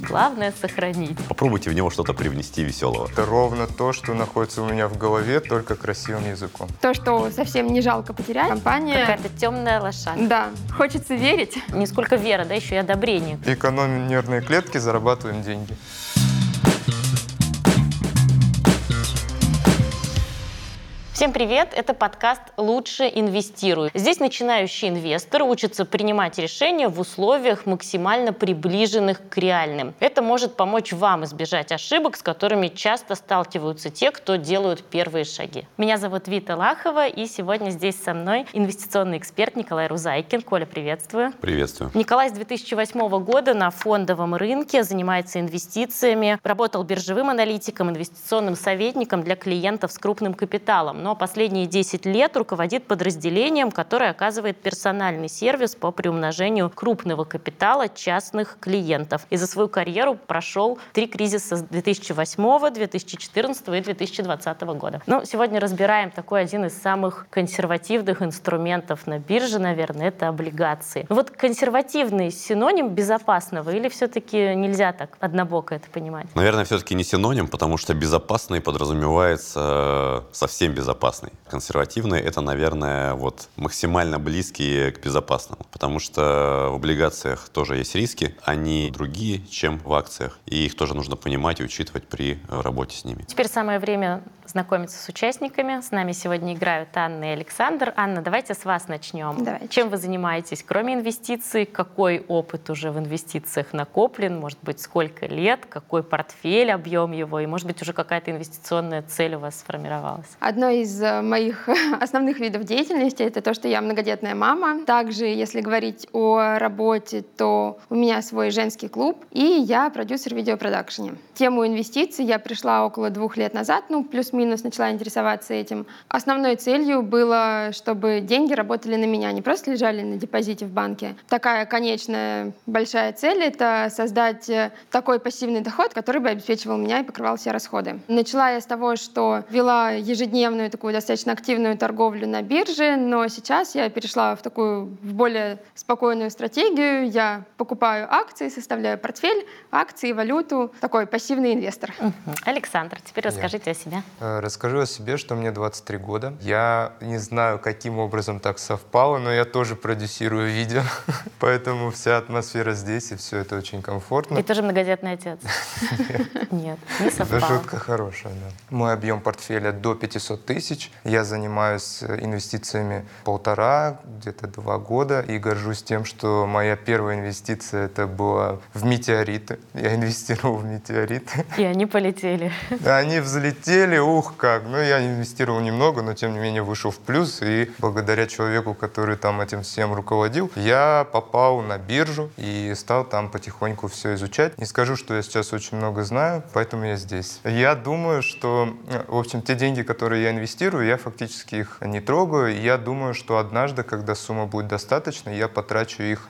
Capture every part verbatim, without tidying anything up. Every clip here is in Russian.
Главное — сохранить. Попробуйте в него что-то привнести веселого. Это ровно то, что находится у меня в голове, только красивым языком. То, что совсем не жалко потерять. Компания... Какая-то темная лошадка. Да, хочется верить. Не сколько вера, да, еще и одобрение. Экономим нервные клетки, зарабатываем деньги. Всем привет! Это подкаст «Лучше инвестирую». Здесь начинающие инвесторы учатся принимать решения в условиях, максимально приближенных к реальным. Это может помочь вам избежать ошибок, с которыми часто сталкиваются те, кто делают первые шаги. Меня зовут Вита Лахова, и сегодня здесь со мной инвестиционный эксперт Николай Рузайкин. Коля, приветствую. Приветствую. Николай с две тысячи восьмого года на фондовом рынке занимается инвестициями, работал биржевым аналитиком, инвестиционным советником для клиентов с крупным капиталом. Но последние десять лет руководит подразделением, которое оказывает персональный сервис по приумножению крупного капитала частных клиентов. И за свою карьеру прошел три кризиса с две тысячи восьмого, две тысячи четырнадцатого и две тысячи двадцатого года. Ну, сегодня разбираем такой один из самых консервативных инструментов на бирже, наверное, это облигации. Вот консервативный синоним безопасного или все-таки нельзя так однобоко это понимать? Наверное, все-таки не синоним, потому что безопасный подразумевается совсем безопасный. Консервативный — это, наверное, вот максимально близкие к безопасному, потому что в облигациях тоже есть риски, они другие, чем в акциях, и их тоже нужно понимать и учитывать при работе с ними. Теперь самое время знакомиться с участниками. С нами сегодня играют Анна и Александр. Анна, давайте с вас начнем. Давайте. Чем вы занимаетесь, кроме инвестиций? Какой опыт уже в инвестициях накоплен? Может быть, сколько лет? Какой портфель, объем его? И, может быть, уже какая-то инвестиционная цель у вас сформировалась? Одно из моих основных видов деятельности — это то, что я многодетная мама. Также, если говорить о работе, то у меня свой женский клуб, и я продюсер в видеопродакшене. Тему инвестиций я пришла около двух лет назад, ну, плюс-минус начала интересоваться этим. Основной целью было, чтобы деньги работали на меня, не просто лежали на депозите в банке. Такая конечная большая цель — это создать такой пассивный доход, который бы обеспечивал меня и покрывал все расходы. Начала я с того, что вела ежедневную такую достаточно активную торговлю на бирже, но сейчас я перешла в такую в более спокойную стратегию. Я покупаю акции, составляю портфель, акции, валюту. Такой пассивный инвестор. Угу. Александр, теперь расскажите Я. о себе. Расскажу о себе, что мне двадцать три года. Я не знаю, каким образом так совпало, но я тоже продюсирую видео, поэтому вся атмосфера здесь, и все это очень комфортно. И тоже многодетный отец? Нет, не совпало. Это шутка хорошая, да. Мой объем портфеля до пятисот тысяч. Я занимаюсь инвестициями полтора, где-то два года, и горжусь тем, что моя первая инвестиция это была в метеориты. Я инвестировал в метеориты. И они полетели. Они взлетели, ух как. Ну, я инвестировал немного, но тем не менее вышел в плюс, и благодаря человеку, который там этим всем руководил, я попал на биржу и стал там потихоньку все изучать. Не скажу, что я сейчас очень много знаю, поэтому я здесь. Я думаю, что, в общем, те деньги, которые я инвестирую, я фактически их не трогаю. Я думаю, что однажды, когда сумма будет достаточно, я потрачу их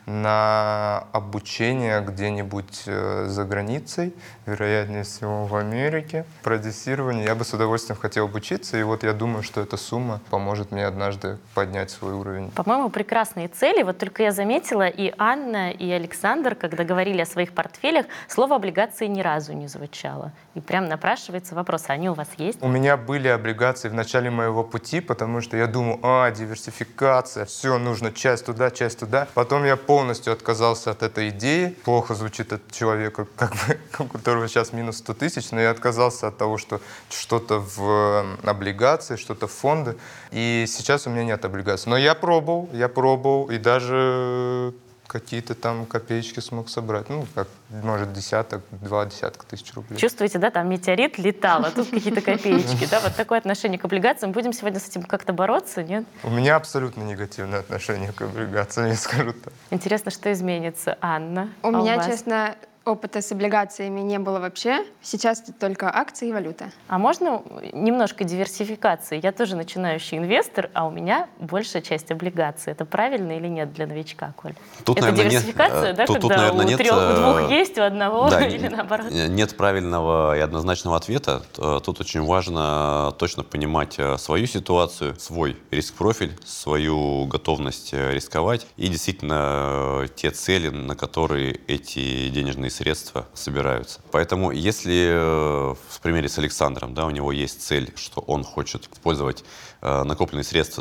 на обучение где-нибудь за границей, вероятнее всего в Америке. Продюсирование. Я бы с удовольствием хотел обучиться, и вот я думаю, что эта сумма поможет мне однажды поднять свой уровень. По-моему, прекрасные цели. Вот только я заметила, и Анна, и Александр, когда говорили о своих портфелях, слово облигации ни разу не звучало. И прям напрашивается вопрос, а они у вас есть? У меня были облигации в начале моего пути, потому что я думал, а, диверсификация, все, нужно часть туда, часть туда. Потом я полностью отказался от этой идеи. Плохо звучит от человека, как бы, у которого сейчас минус сто тысяч, но я отказался от того, что что-то в облигации, что-то в фонды. И сейчас у меня нет облигаций. Но я пробовал, я пробовал, и даже какие-то там копеечки смог собрать. Ну, как, может, десяток, два десятка тысяч рублей. Чувствуете, да, там метеорит летал, а тут какие-то копеечки, да? Вот такое отношение к облигациям. Будем сегодня с этим как-то бороться, нет? У меня абсолютно негативное отношение к облигациям, я скажу так. Интересно, что изменится, Анна? У а меня, у вас? честно, опыта с облигациями не было вообще. Сейчас это только акции и валюта. А можно немножко диверсификации? Я тоже начинающий инвестор, а у меня большая часть облигаций. Это правильно или нет для новичка, Коль? Тут, это наверное, диверсификация, нет, да, тут, когда тут, наверное, у нет, трех, у двух есть, у одного да, или наоборот? Нет правильного и однозначного ответа. Тут очень важно точно понимать свою ситуацию, свой риск-профиль, свою готовность рисковать и действительно те цели, на которые эти денежные средства собираются. Поэтому если э, в примере с Александром, да, у него есть цель, что он хочет использовать э, накопленные средства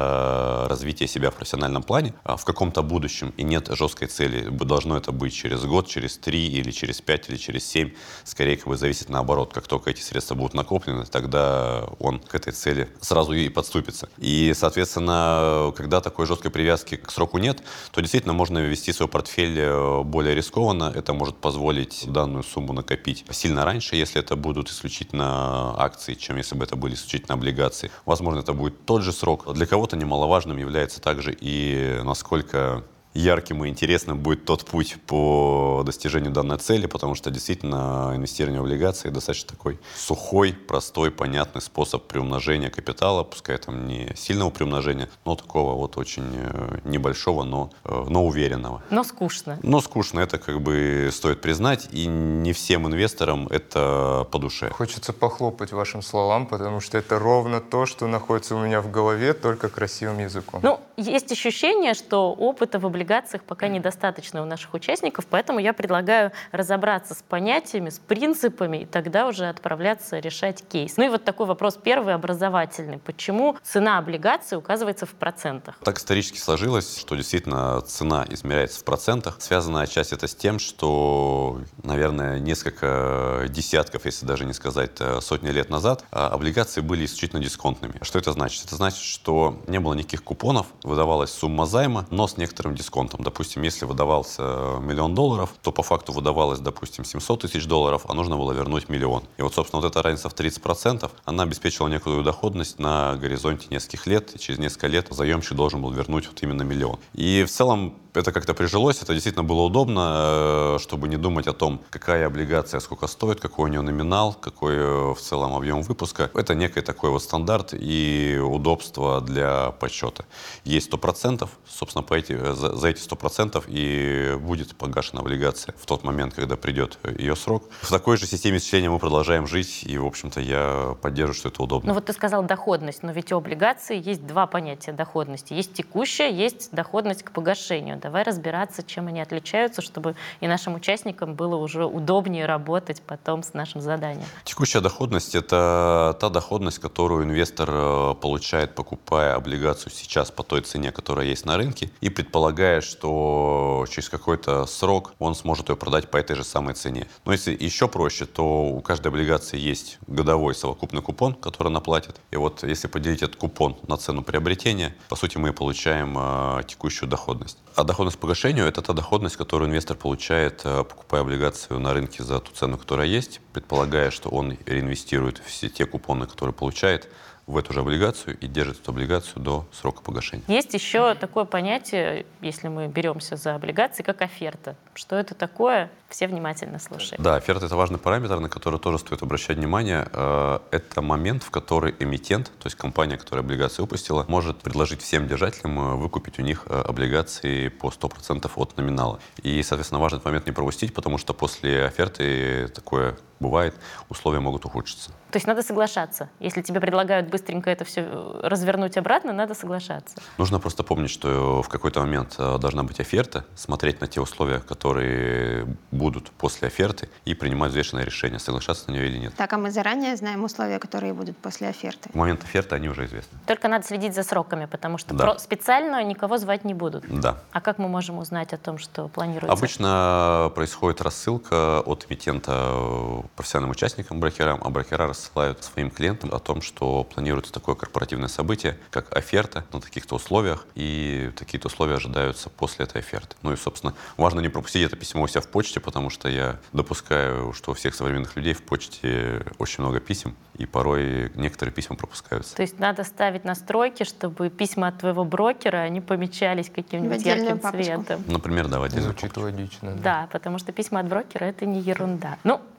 для развития себя в профессиональном плане, а в каком-то будущем, и нет жесткой цели, должно это быть через год, через три, или через пять, или через семь, скорее как бы зависит наоборот. Как только эти средства будут накоплены, тогда он к этой цели сразу и подступится. И, соответственно, когда такой жесткой привязки к сроку нет, то действительно можно вести свой портфель более рискованно. Это может позволить данную сумму накопить сильно раньше, если это будут исключительно акции, чем если бы это были исключительно облигации. Возможно, это будет тот же срок. Для кого-то немаловажным является также и насколько ярким и интересным будет тот путь по достижению данной цели, потому что действительно инвестирование в облигации достаточно такой сухой, простой, понятный способ приумножения капитала, пускай там не сильного приумножения, но такого вот очень небольшого, но, но уверенного. Но скучно. Но скучно, это как бы стоит признать, и не всем инвесторам это по душе. Хочется похлопать вашим словам, потому что это ровно то, что находится у меня в голове, только красивым языком. Ну, есть ощущение, что опыта в облигациях пока недостаточно у наших участников, поэтому я предлагаю разобраться с понятиями, с принципами, и тогда уже отправляться решать кейс. Ну и вот такой вопрос первый, образовательный. Почему цена облигаций указывается в процентах? Так исторически сложилось, что действительно цена измеряется в процентах. Связанная часть это с тем, что, наверное, несколько десятков, если даже не сказать сотни лет назад, облигации были исключительно дисконтными. Что это значит? Это значит, что не было никаких купонов, выдавалась сумма займа, но с некоторым дисконтом. Допустим, если выдавался миллион долларов, то по факту выдавалось, допустим, семьсот тысяч долларов, а нужно было вернуть миллион. И вот, собственно, вот эта разница в тридцать процентов, она обеспечила некую доходность на горизонте нескольких лет, и через несколько лет заемщик должен был вернуть вот именно миллион. И в целом это как-то прижилось, это действительно было удобно, чтобы не думать о том, какая облигация сколько стоит, какой у нее номинал, какой в целом объем выпуска. Это некий такой вот стандарт и удобство для подсчета. Есть сто процентов, собственно, по эти, за, за эти сто процентов и будет погашена облигация в тот момент, когда придет ее срок. В такой же системе исчисления мы продолжаем жить, и, в общем-то, я поддерживаю, что это удобно. Ну вот ты сказал доходность, но ведь у облигаций есть два понятия доходности. Есть текущая, есть доходность к погашению. Давай разбираться, чем они отличаются, чтобы и нашим участникам было уже удобнее работать потом с нашим заданием. Текущая доходность – это та доходность, которую инвестор получает, покупая облигацию сейчас по той цене, которая есть на рынке, и предполагая, что через какой-то срок он сможет ее продать по этой же самой цене. Но если еще проще, то у каждой облигации есть годовой совокупный купон, который она платит. И вот если поделить этот купон на цену приобретения, по сути мы получаем э, текущую доходность. А доходность по погашению – это та доходность, которую инвестор получает, покупая облигацию на рынке за ту цену, которая есть, предполагая, что он реинвестирует все те купоны, которые получает, в эту же облигацию и держит эту облигацию до срока погашения. Есть еще такое понятие, если мы беремся за облигации, как оферта. Что это такое? Все внимательно слушают. Да, оферта – это важный параметр, на который тоже стоит обращать внимание. Это момент, в который эмитент, то есть компания, которая облигации выпустила, может предложить всем держателям выкупить у них облигации по сто процентов от номинала. И, соответственно, важно этот момент не пропустить, потому что после оферты такое бывает, условия могут ухудшиться. То есть надо соглашаться. Если тебе предлагают быстренько это все развернуть обратно, надо соглашаться. Нужно просто помнить, что в какой-то момент должна быть оферта, смотреть на те условия, которые будут после оферты, и принимать взвешенное решение, соглашаться на нее или нет. Так, а мы заранее знаем условия, которые будут после оферты? В момент оферты они уже известны. Только надо следить за сроками, потому что да. специально никого звать не будут. Да. А как мы можем узнать о том, что планируется? Обычно происходит рассылка от эмитента профессиональным участникам, брокерам, а брокера рассылают своим клиентам о том, что планируется такое корпоративное событие, как оферта на таких-то условиях, и такие-то условия ожидаются после этой оферты. Ну и, собственно, важно не пропустить это письмо у себя в почте, потому что я допускаю, что у всех современных людей в почте очень много писем, и порой некоторые письма пропускаются. То есть надо ставить настройки, чтобы письма от твоего брокера, они помечались каким-нибудь ярким папочку. цветом. Например, да, в отдельную Звучит папочку. логично. Да, потому что письма от брокера — это не ерунда. Ну,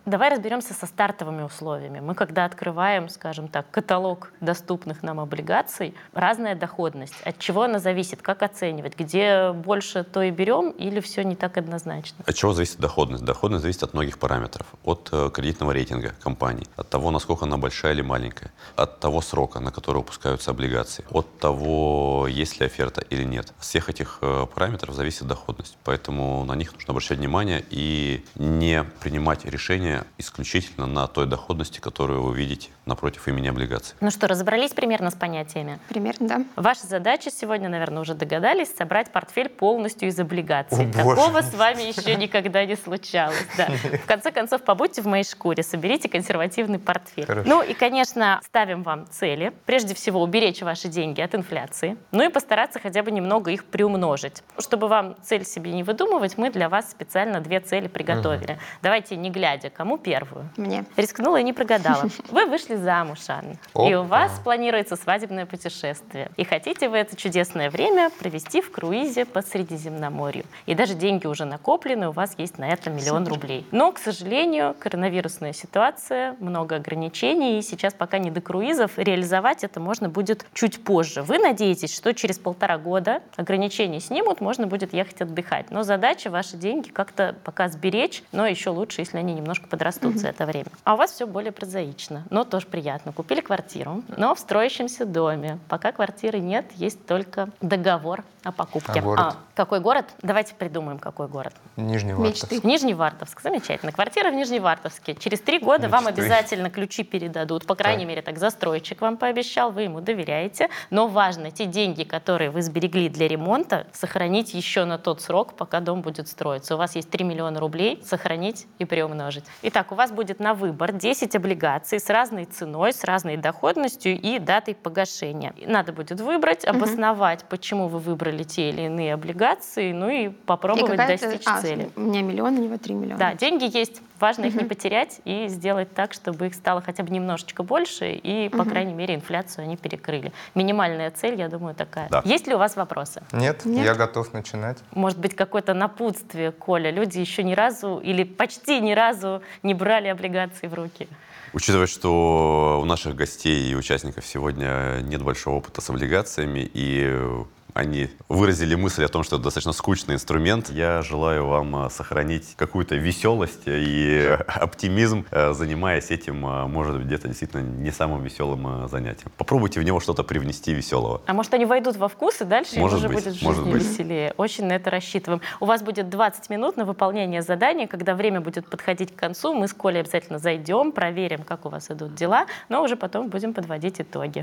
Давай разберемся со стартовыми условиями. Мы, когда открываем, скажем так, каталог доступных нам облигаций, разная доходность. От чего она зависит? Как оценивать? Где больше, то и берем, или все не так однозначно? От чего зависит доходность? Доходность зависит от многих параметров. От э, кредитного рейтинга компании, от того, насколько она большая или маленькая, от того срока, на который выпускаются облигации, от того, есть ли оферта или нет. С всех этих э, параметров зависит доходность. Поэтому на них нужно обращать внимание и не принимать решения исключительно на той доходности, которую вы видите напротив имени облигаций. Ну что, разобрались примерно с понятиями? Примерно, да. Ваша задача сегодня, наверное, уже догадались, собрать портфель полностью из облигаций. О, Такого боже. с вами еще никогда не случалось. Да. В конце концов, побудьте в моей шкуре, соберите консервативный портфель. Хорошо. Ну и, конечно, ставим вам цели. Прежде всего, уберечь ваши деньги от инфляции. Ну и постараться хотя бы немного их приумножить. Чтобы вам цель себе не выдумывать, мы для вас специально две цели приготовили. Угу. Давайте, не глядя, кому первую? Мне. Рискнула и не прогадала. Вы вышли замуж, Анна. И у вас планируется свадебное путешествие. И хотите вы это чудесное время провести в круизе по Средиземноморью. И даже деньги уже накоплены, у вас есть на это миллион рублей. Но, к сожалению, коронавирусная ситуация, много ограничений, и сейчас пока не до круизов, реализовать это можно будет чуть позже. Вы надеетесь, что через полтора года ограничения снимут, можно будет ехать отдыхать. Но задача ваши деньги как-то пока сберечь, но еще лучше, если они немножко подрастут за это время. А у вас все более прозаично, но тоже приятно. Купили квартиру, но в строящемся доме. Пока квартиры нет, есть только договор о покупке. А город? А, какой город? Давайте придумаем, какой город. Нижневартовск. Мечты. Нижневартовск. Замечательно. Квартира в Нижневартовске. Через три года вам Мечты. обязательно ключи передадут. По крайней Так. мере, так застройщик вам пообещал, вы ему доверяете. Но важно, те деньги, которые вы сберегли для ремонта, сохранить еще на тот срок, пока дом будет строиться. У вас есть три миллиона рублей, сохранить и приумножить. Итак, у вас будет на выбор десять облигаций с разной ценой, с разной доходностью и датой погашения. Надо будет выбрать, обосновать, почему вы выбрали те или иные облигации, ну и попробовать И какая-то- достичь а, цели. У меня миллион, у него три миллиона. Да, деньги есть. Важно их не Мгм. потерять и сделать так, чтобы их стало хотя бы немножечко больше, и, по Мгм. крайней мере, инфляцию они перекрыли. Минимальная цель, я думаю, такая. Да. Есть ли у вас вопросы? Нет, Нет. я готов начинать. Может быть, какое-то напутствие, Коля? Люди еще ни разу или почти ни разу не брали облигации в руки. Учитывая, что у наших гостей и участников сегодня нет большого опыта с облигациями, и они выразили мысль о том, что это достаточно скучный инструмент, я желаю вам сохранить какую-то веселость и оптимизм, занимаясь этим, может быть, где-то действительно не самым веселым занятием. Попробуйте в него что-то привнести веселого. А может, они войдут во вкус, и дальше им Может уже быть, будет в может жизни быть. веселее. Очень на это рассчитываем. У вас будет двадцать минут на выполнение задания. Когда время будет подходить к концу, мы с Колей обязательно зайдем, проверим, как у вас идут дела, но уже потом будем подводить итоги.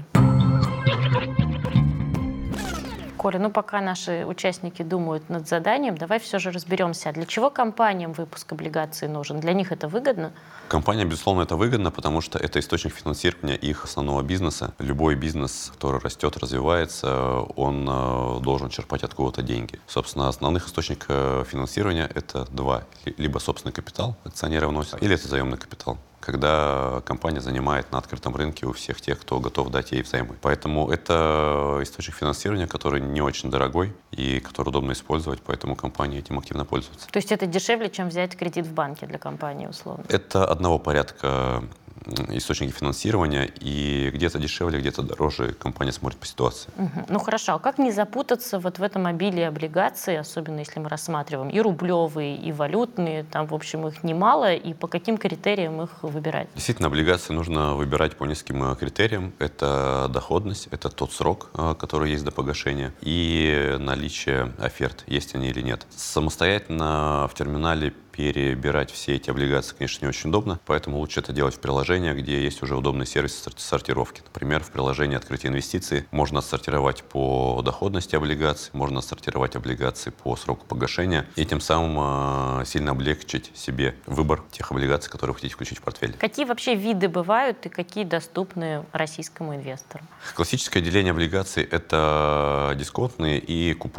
Коля, ну пока наши участники думают над заданием, давай все же разберемся, а для чего компаниям выпуск облигаций нужен? Для них это выгодно? Компания, безусловно, это выгодно, потому что это источник финансирования их основного бизнеса. Любой бизнес, который растет, развивается, он э, должен черпать откуда-то деньги. Собственно, основных источников финансирования — это два. Либо собственный капитал, акционеры вносят, или это заемный капитал, когда компания занимает на открытом рынке у всех тех, кто готов дать ей взаймы. Поэтому это источник финансирования, который не очень дорогой и который удобно использовать, поэтому компании этим активно пользуются. То есть это дешевле, чем взять кредит в банке для компании, условно? Это одного порядка источники финансирования, и где-то дешевле, где-то дороже компания смотрит по ситуации. Угу. Ну хорошо, а как не запутаться вот в этом обилии облигаций, особенно если мы рассматриваем и рублевые, и валютные, там, в общем, их немало, и по каким критериям их выбирать? Действительно, облигации нужно выбирать по нескольким критериям. Это доходность, это тот срок, который есть до погашения, и наличие оферт, есть они или нет. Самостоятельно в терминале перебирать все эти облигации, конечно, не очень удобно, поэтому лучше это делать в приложении, где есть уже удобный сервис сортировки. Например, в приложении «Открытие инвестиций» можно отсортировать по доходности облигаций, можно отсортировать облигации по сроку погашения и тем самым э, сильно облегчить себе выбор тех облигаций, которые вы хотите включить в портфель. Какие вообще виды бывают и какие доступны российскому инвестору? Классическое деление облигаций — это дисконтные и купонные.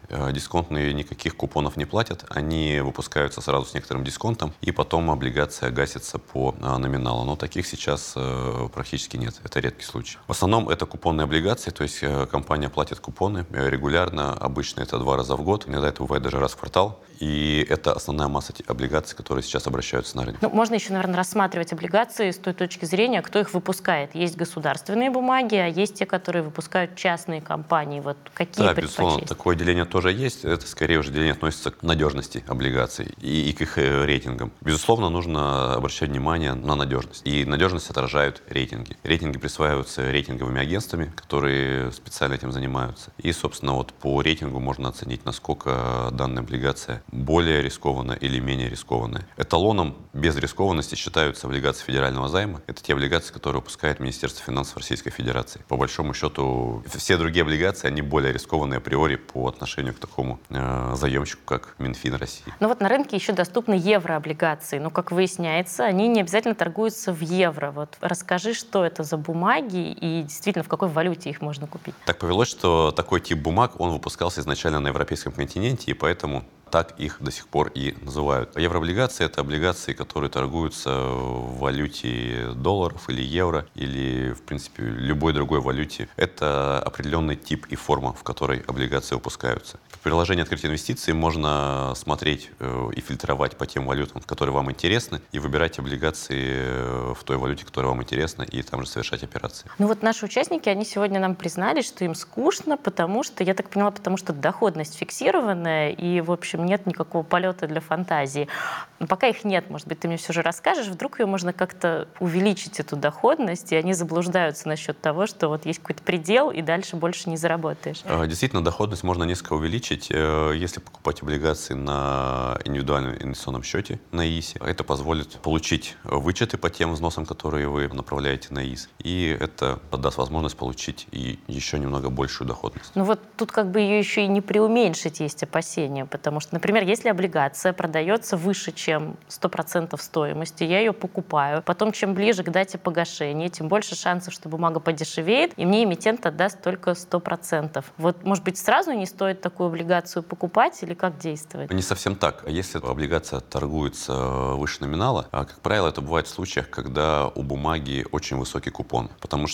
Дисконтные никаких купонов не платят, они выпускаются сразу с некоторым дисконтом, и потом облигация гасится по номиналу. Но таких сейчас практически нет, это редкий случай. В основном это купонные облигации, то есть компания платит купоны регулярно, обычно это два раза в год, иногда это бывает даже раз в квартал. И это основная масса облигаций, которые сейчас обращаются на рынок. Ну, можно еще, наверное, рассматривать облигации с той точки зрения, кто их выпускает. Есть государственные бумаги, а есть те, которые выпускают частные компании. Вот какие Да, предпочесть? безусловно, такое деление тоже есть. Это скорее уже деление относится к надежности облигаций и, и к их рейтингам. Безусловно, нужно обращать внимание на надежность. И надежность отражают рейтинги. Рейтинги присваиваются рейтинговыми агентствами, которые специально этим занимаются. И, собственно, вот по рейтингу можно оценить, насколько данная облигация более рискованная или менее рискованная. Эталоном без рискованности считаются облигации федерального займа. Это те облигации, которые выпускает Министерство финансов Российской Федерации. По большому счету, все другие облигации, они более рискованные априори по отношению к такому э, заемщику, как Минфин России. Но вот на рынке еще доступны еврооблигации. Но, как выясняется, они не обязательно торгуются в евро. Вот расскажи, что это за бумаги и действительно в какой валюте их можно купить. Так повелось, что такой тип бумаг, он выпускался изначально на европейском континенте, и поэтому так их до сих пор и называют. Еврооблигации — это облигации, которые торгуются в валюте долларов или евро, или, в принципе, любой другой валюте. Это определенный тип и форма, в которой облигации выпускаются. В приложении «Открыть инвестиции» можно смотреть и фильтровать по тем валютам, которые вам интересны, и выбирать облигации в той валюте, которая вам интересна, и там же совершать операции. Ну вот наши участники, они сегодня нам признались, что им скучно, потому что, я так поняла, потому что доходность фиксированная, и, в общем, нет никакого полета для фантазии. Но пока их нет, может быть, ты мне все же расскажешь, вдруг ее можно как-то увеличить, эту доходность, и они заблуждаются насчет того, что вот есть какой-то предел, и дальше больше не заработаешь. Действительно, доходность можно несколько увеличить, если покупать облигации на индивидуальном инвестиционном счете на ИИСе. Это позволит получить вычеты по тем взносам, которые вы направляете на ИИС, и это даст возможность получить и еще немного большую доходность. Ну вот тут как бы ее еще и не преуменьшить есть опасения, потому что, например, если облигация продается выше, чем сто процентов стоимости, я ее покупаю, потом чем ближе к дате погашения, тем больше шансов, что бумага подешевеет, и мне эмитент отдаст только сто процентов. Вот, может быть, сразу не стоит такую облигацию покупать или как действовать? Не совсем так. Если облигация торгуется выше номинала, как правило, это бывает в случаях, когда у бумаги очень высокий купон, потому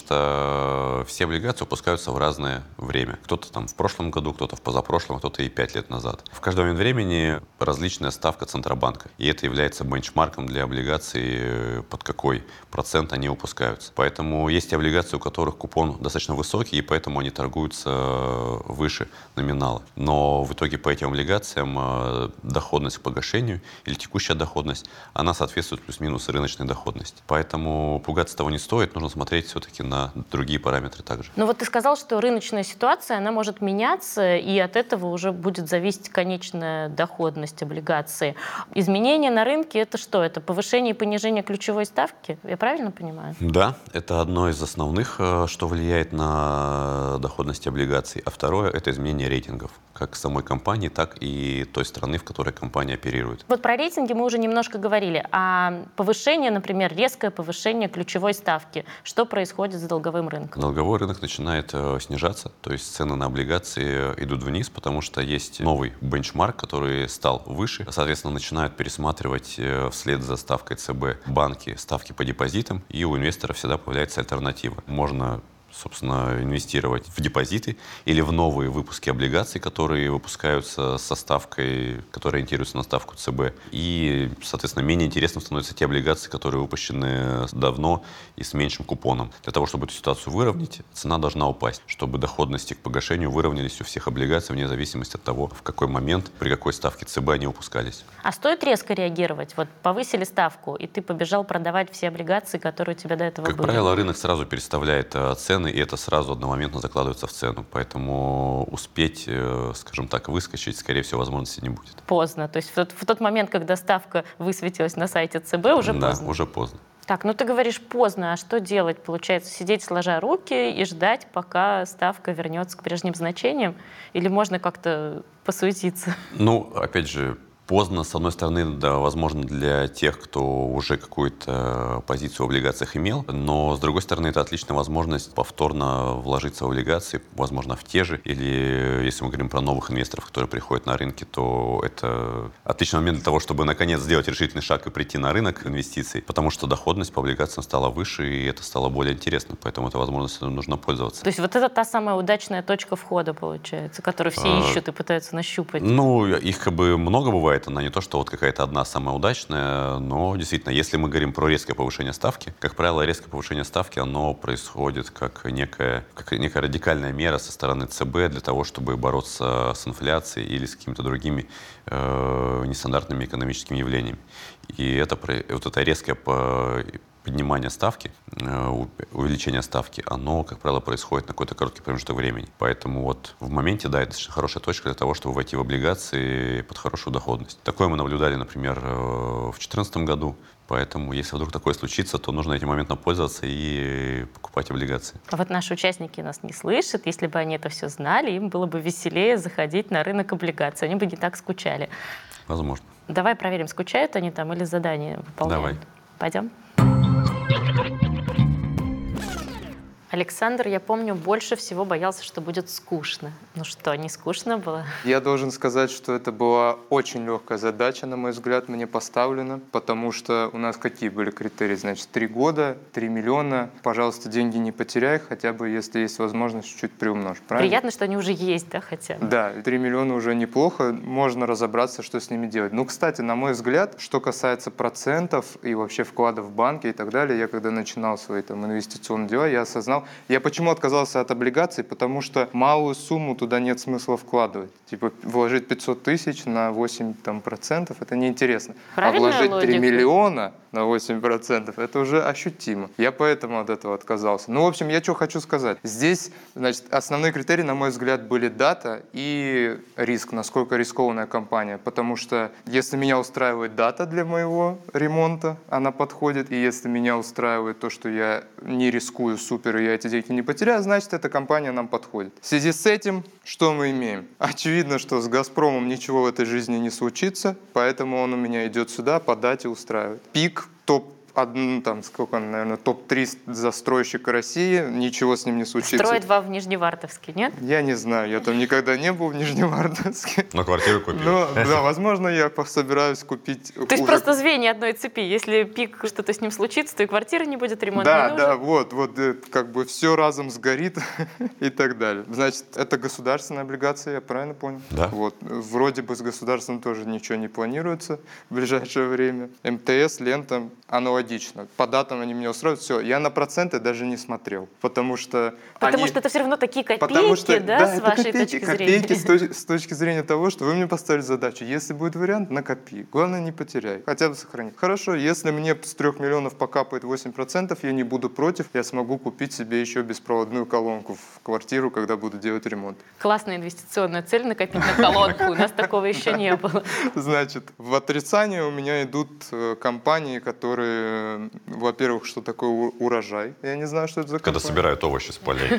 что все облигации выпускаются в разное время. Кто-то там в прошлом году, кто-то в позапрошлом, кто-то и пять лет назад. В каждом момент времени различная ставка Центробанка, и это является бенчмарком для облигаций, под какой процент они выпускаются. Поэтому есть облигации, у которых купон достаточно высокий, и поэтому они торгуются выше номинала. Но в итоге по этим облигациям доходность к погашению или текущая доходность, она соответствует плюс-минус рыночной доходности. Поэтому пугаться того не стоит, нужно смотреть все-таки на другие параметры также. Ну вот ты сказал, что рыночная ситуация, она может меняться, и от этого уже будет зависеть конечная доходность облигации. Изменения на рынке — это что? Это повышение и понижение ключевой ставки? Я правильно понимаю? Да, это одно из основных, что влияет на доходность облигаций. А второе — это изменение рейтингов, как самой компании, так и той страны, в которой компания оперирует. Вот про рейтинги мы уже немножко говорили. А повышение, например, резкое повышение ключевой ставки, что происходит с долговым рынком? Долговой рынок начинает э, снижаться, то есть цены на облигации идут вниз, потому что есть новый бенчмарк, который стал выше. Соответственно, начинают пересматривать э, вслед за ставкой ЦБ банки ставки по депозитам, и у инвестора всегда появляется альтернатива. Можно собственно, инвестировать в депозиты или в новые выпуски облигаций, которые выпускаются со ставкой, которые ориентируются на ставку ЦБ. И, соответственно, менее интересным становятся те облигации, которые выпущены давно и с меньшим купоном. Для того, чтобы эту ситуацию выровнять, цена должна упасть, чтобы доходности к погашению выровнялись у всех облигаций вне зависимости от того, в какой момент, при какой ставке ЦБ они выпускались. А стоит резко реагировать? Вот повысили ставку, и ты побежал продавать все облигации, которые у тебя до этого как были. Как правило, рынок сразу переставляет цены, и это сразу одномоментно закладывается в цену. Поэтому успеть, скажем так, выскочить, скорее всего, возможности не будет. Поздно. То есть в тот, в тот момент, когда ставка высветилась на сайте ЦБ, уже да, поздно. Да, уже поздно. Так, ну ты говоришь поздно, а что делать? Получается, сидеть сложа руки и ждать, пока ставка вернется к прежним значениям? Или можно как-то посуетиться? Ну, опять же, Поздно, с одной стороны, да, возможно, для тех, кто уже какую-то позицию в облигациях имел, но, с другой стороны, это отличная возможность повторно вложиться в облигации, возможно, в те же, или, если мы говорим про новых инвесторов, которые приходят на рынки, то это отличный момент для того, чтобы, наконец, сделать решительный шаг и прийти на рынок инвестиций, потому что доходность по облигациям стала выше, и это стало более интересно, поэтому этой возможностью нужно пользоваться. То есть вот это та самая удачная точка входа, получается, которую все А, ищут и пытаются нащупать? Ну, их как бы много бывает. Она не то, что вот какая-то одна самая удачная, но действительно, если мы говорим про резкое повышение ставки, как правило, резкое повышение ставки, оно происходит как некая, как некая радикальная мера со стороны ЦБ для того, чтобы бороться с инфляцией или с какими-то другими э, нестандартными экономическими явлениями. И это, вот это резкое по поднимание ставки, увеличение ставки, оно, как правило, происходит на какой-то короткий промежуток времени. Поэтому вот в моменте, да, это хорошая точка для того, чтобы войти в облигации под хорошую доходность. Такое мы наблюдали, например, в две тысячи четырнадцатом году. Поэтому, если вдруг такое случится, то нужно этим моментом пользоваться и покупать облигации. А вот наши участники нас не слышат. Если бы они это все знали, им было бы веселее заходить на рынок облигаций. Они бы не так скучали. Возможно. Давай проверим, скучают они там или задания выполняют. Давай. Пойдем? Александр, я помню, больше всего боялся, что будет скучно. Ну что, не скучно было? Я должен сказать, что это была очень легкая задача, на мой взгляд, мне поставлена, потому что у нас какие были критерии? Значит, три года, три миллиона. Пожалуйста, деньги не потеряй, хотя бы, если есть возможность, чуть-чуть приумножь. Правильно? Приятно, что они уже есть, да, хотя бы? Да, три миллиона уже неплохо, можно разобраться, что с ними делать. Ну, кстати, на мой взгляд, что касается процентов и вообще вкладов в банки и так далее, я когда начинал свои там инвестиционные дела, я осознал, я почему отказался от облигаций, потому что малую сумму туда нет смысла вкладывать. Типа вложить пятьсот тысяч на восемь там, процентов, это неинтересно. Правильная а вложить логика. три миллиона на восемь процентов, это уже ощутимо. Я поэтому от этого отказался. Ну, в общем, я что хочу сказать. Здесь, значит, основные критерии, на мой взгляд, были дата и риск, насколько рискованная компания. Потому что если меня устраивает дата для моего ремонта, она подходит. И если меня устраивает то, что я не рискую супер, и я эти деньги не потеряю, значит, эта компания нам подходит. В связи с этим, что мы имеем? Очевидно, что с «Газпромом» ничего в этой жизни не случится, поэтому он у меня идет сюда, по дате устраивает. Пик, топ один, там, сколько, наверное, топ три застройщика России, ничего с ним не случится. Строит вам в Нижневартовске, нет? Я не знаю, я там никогда не был в Нижневартовске. Но квартиру купил. Но, да, возможно, я собираюсь купить. То есть уже... просто звенья одной цепи. Если пик, что-то с ним случится, то и квартира не будет ремонта. Да, да, вот, вот, как бы все разом сгорит и так далее. Значит, это государственная облигация, я правильно понял? Да. Вот, вроде бы с государством тоже ничего не планируется в ближайшее время. МТС, лента, аналогично. По датам они меня устраивают. Все, я на проценты даже не смотрел, потому что Потому они... что это все равно такие копейки, Потому что, да, да, с это вашей копейки, точки копейки зрения. с, точки, с точки зрения того, что вы мне поставили задачу. Если будет вариант, накопи. Главное, не потеряй. Хотя бы сохрани. Хорошо, если мне с трех миллионов покапает восемь процентов, я не буду против. Я смогу купить себе еще беспроводную колонку в квартиру, когда буду делать ремонт. Классная инвестиционная цель — накопить на колонку. У нас такого еще не было. Значит, в отрицание у меня идут э, компании, которые, во-первых, что такое у- урожай. Я не знаю, что это за Когда компания. собирают овощи с полей.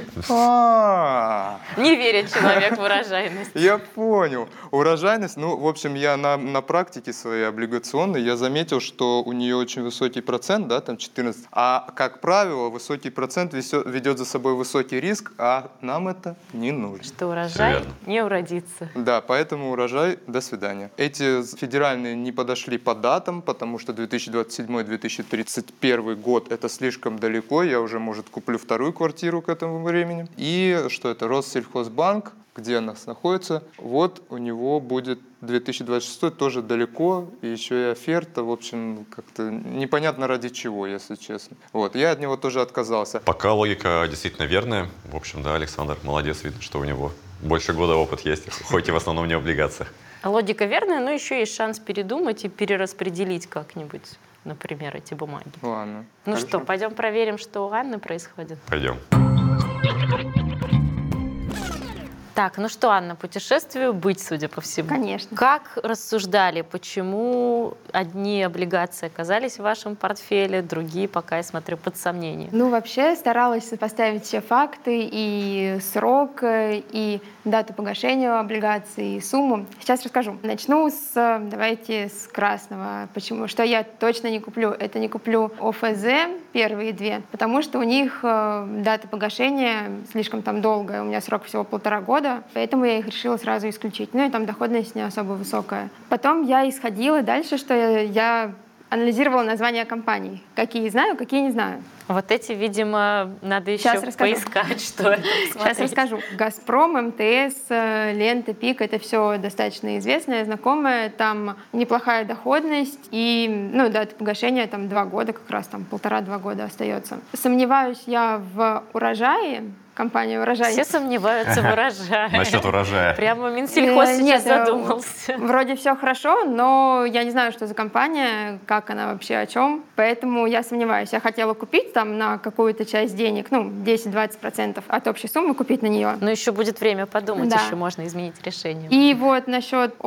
А, Не верит человек в урожайность. Я понял. Урожайность, ну, в общем, я на, на практике своей облигационной, я заметил, что у нее очень высокий процент, да, там четырнадцать. А, как правило, высокий процент весё- ведет за собой высокий риск, а нам это не нужно. Что урожай верно. не уродится. Да, поэтому урожай, до свидания. Эти федеральные не подошли по датам, потому что две тысячи двадцать седьмой — две тысячи тридцать первый год это слишком далеко, я уже, может, куплю вторую квартиру к этому времени. И что это, Россельхозбанк, где она находится, вот у него будет две тысячи двадцать шестой тоже далеко, и еще и оферта, в общем, как-то непонятно ради чего, если честно. Вот, я от него тоже отказался. Пока логика действительно верная. В общем, да, Александр молодец, видно, что у него больше года опыт есть, хоть и в основном не в облигациях. Логика верная, но еще есть шанс передумать и перераспределить как-нибудь, например, эти бумаги. Ладно. Ну хорошо. что, пойдем проверим, что у Анны происходит. Пойдем. Так, ну что, Анна, путешествию быть, судя по всему. Конечно. Как рассуждали, почему одни облигации оказались в вашем портфеле, другие, пока я смотрю, под сомнением? Ну, вообще старалась сопоставить все факты, и срок, и дату погашения облигаций, и сумму. Сейчас расскажу. Начну с, давайте, с красного. Почему? Что я точно не куплю? Это не куплю ОФЗ, первые две, потому что у них дата погашения слишком там долгая, у меня срок всего полтора года, поэтому я их решила сразу исключить. Ну и там доходность не особо высокая. Потом я исходила дальше, что я, я анализировала названия компаний. Какие знаю, какие не знаю. Вот эти, видимо, надо еще Сейчас расскажу. поискать, что это. Сейчас расскажу. «Газпром», МТС, «Лента», «Пик» — это все достаточно известное, знакомое. Там неплохая доходность и, ну, дата погашения там два года, как раз там полтора-два года остается. Сомневаюсь я в «Урожае». Компания «Урожай». Все сомневаются в урожае. Насчет урожая. Прямо Минсельхоз Э, сейчас нет, э, задумался. Вроде все хорошо, но я не знаю, что за компания, как она вообще, о чем. Поэтому я сомневаюсь. Я хотела купить там на какую-то часть денег, ну, десять-двадцать процентов от общей суммы купить на нее. Но еще будет время подумать, Да. еще можно изменить решение. И вот насчет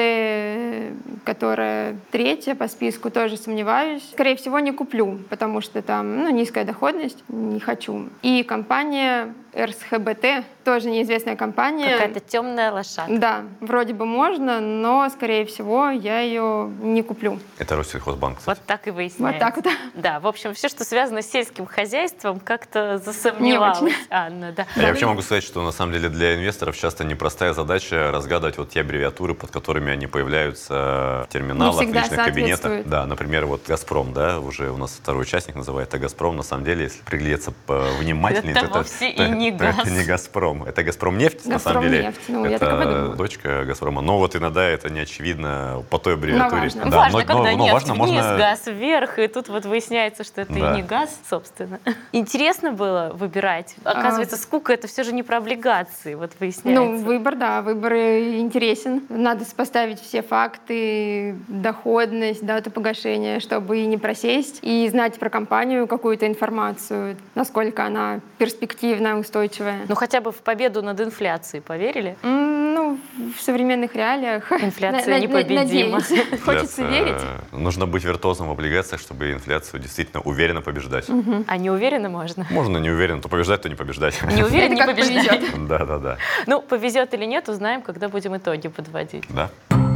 ОФЗ, которая третья по списку, тоже сомневаюсь. Скорее всего, не куплю, потому что там, ну, низкая доходность, не хочу. И компания РСХБТ, тоже неизвестная компания. Какая-то темная лошадка. Да, вроде бы можно, но, скорее всего, я ее не куплю. Это Россельхозбанк, кстати. Вот так и выясняется. Вот так вот. Да, в общем, все, что связано с сельским хозяйством, как-то засомневалась Не очень. Анна. Да. Я вообще могу сказать, что на самом деле для инвесторов часто непростая задача разгадывать вот те аббревиатуры, под которыми они появляются в терминалах, Не в всегда личных кабинетах. соответствует. Да, например, вот «Газпром», да, уже у нас второй участник называет, а «Газпром» на самом деле, если приглядеться внимательнее, Это то вовсе и то- не то это газ. не «Газпром», это «Газпромнефть», на самом деле. «Газпромнефть», ну, я так и это подумала. дочка «Газпрома». Но вот иногда это не очевидно по той аббревиатуре. важно. Да, Важно, но- когда но- но нефть важно, вниз, можно- газ вверх, и тут вот выясняется, что это Да. и не газ, собственно. Интересно было выбирать. Оказывается, скука — это все же не про облигации, вот выясняется. Ну, выбор, да, выбор интересен. Надо сопоставить все факты, доходность, дату погашения, чтобы и не просесть, и знать про компанию какую-то информацию, насколько она перспективная, устойчивая. Ну, хотя бы в победу над инфляцией поверили? М, Ну, в современных реалиях. Инфляция на- на- непобедима. надеюсь. Хочется Инфляция- верить. Нужно быть виртуозом в облигациях, чтобы инфляцию действительно уверенно побеждать. А не уверенно можно? Можно не уверен, то побеждать, то не побеждать. Не уверен, Это не как побеждать. повезет. Да, да, да. Ну, повезет или нет, узнаем, когда будем итоги подводить. Да.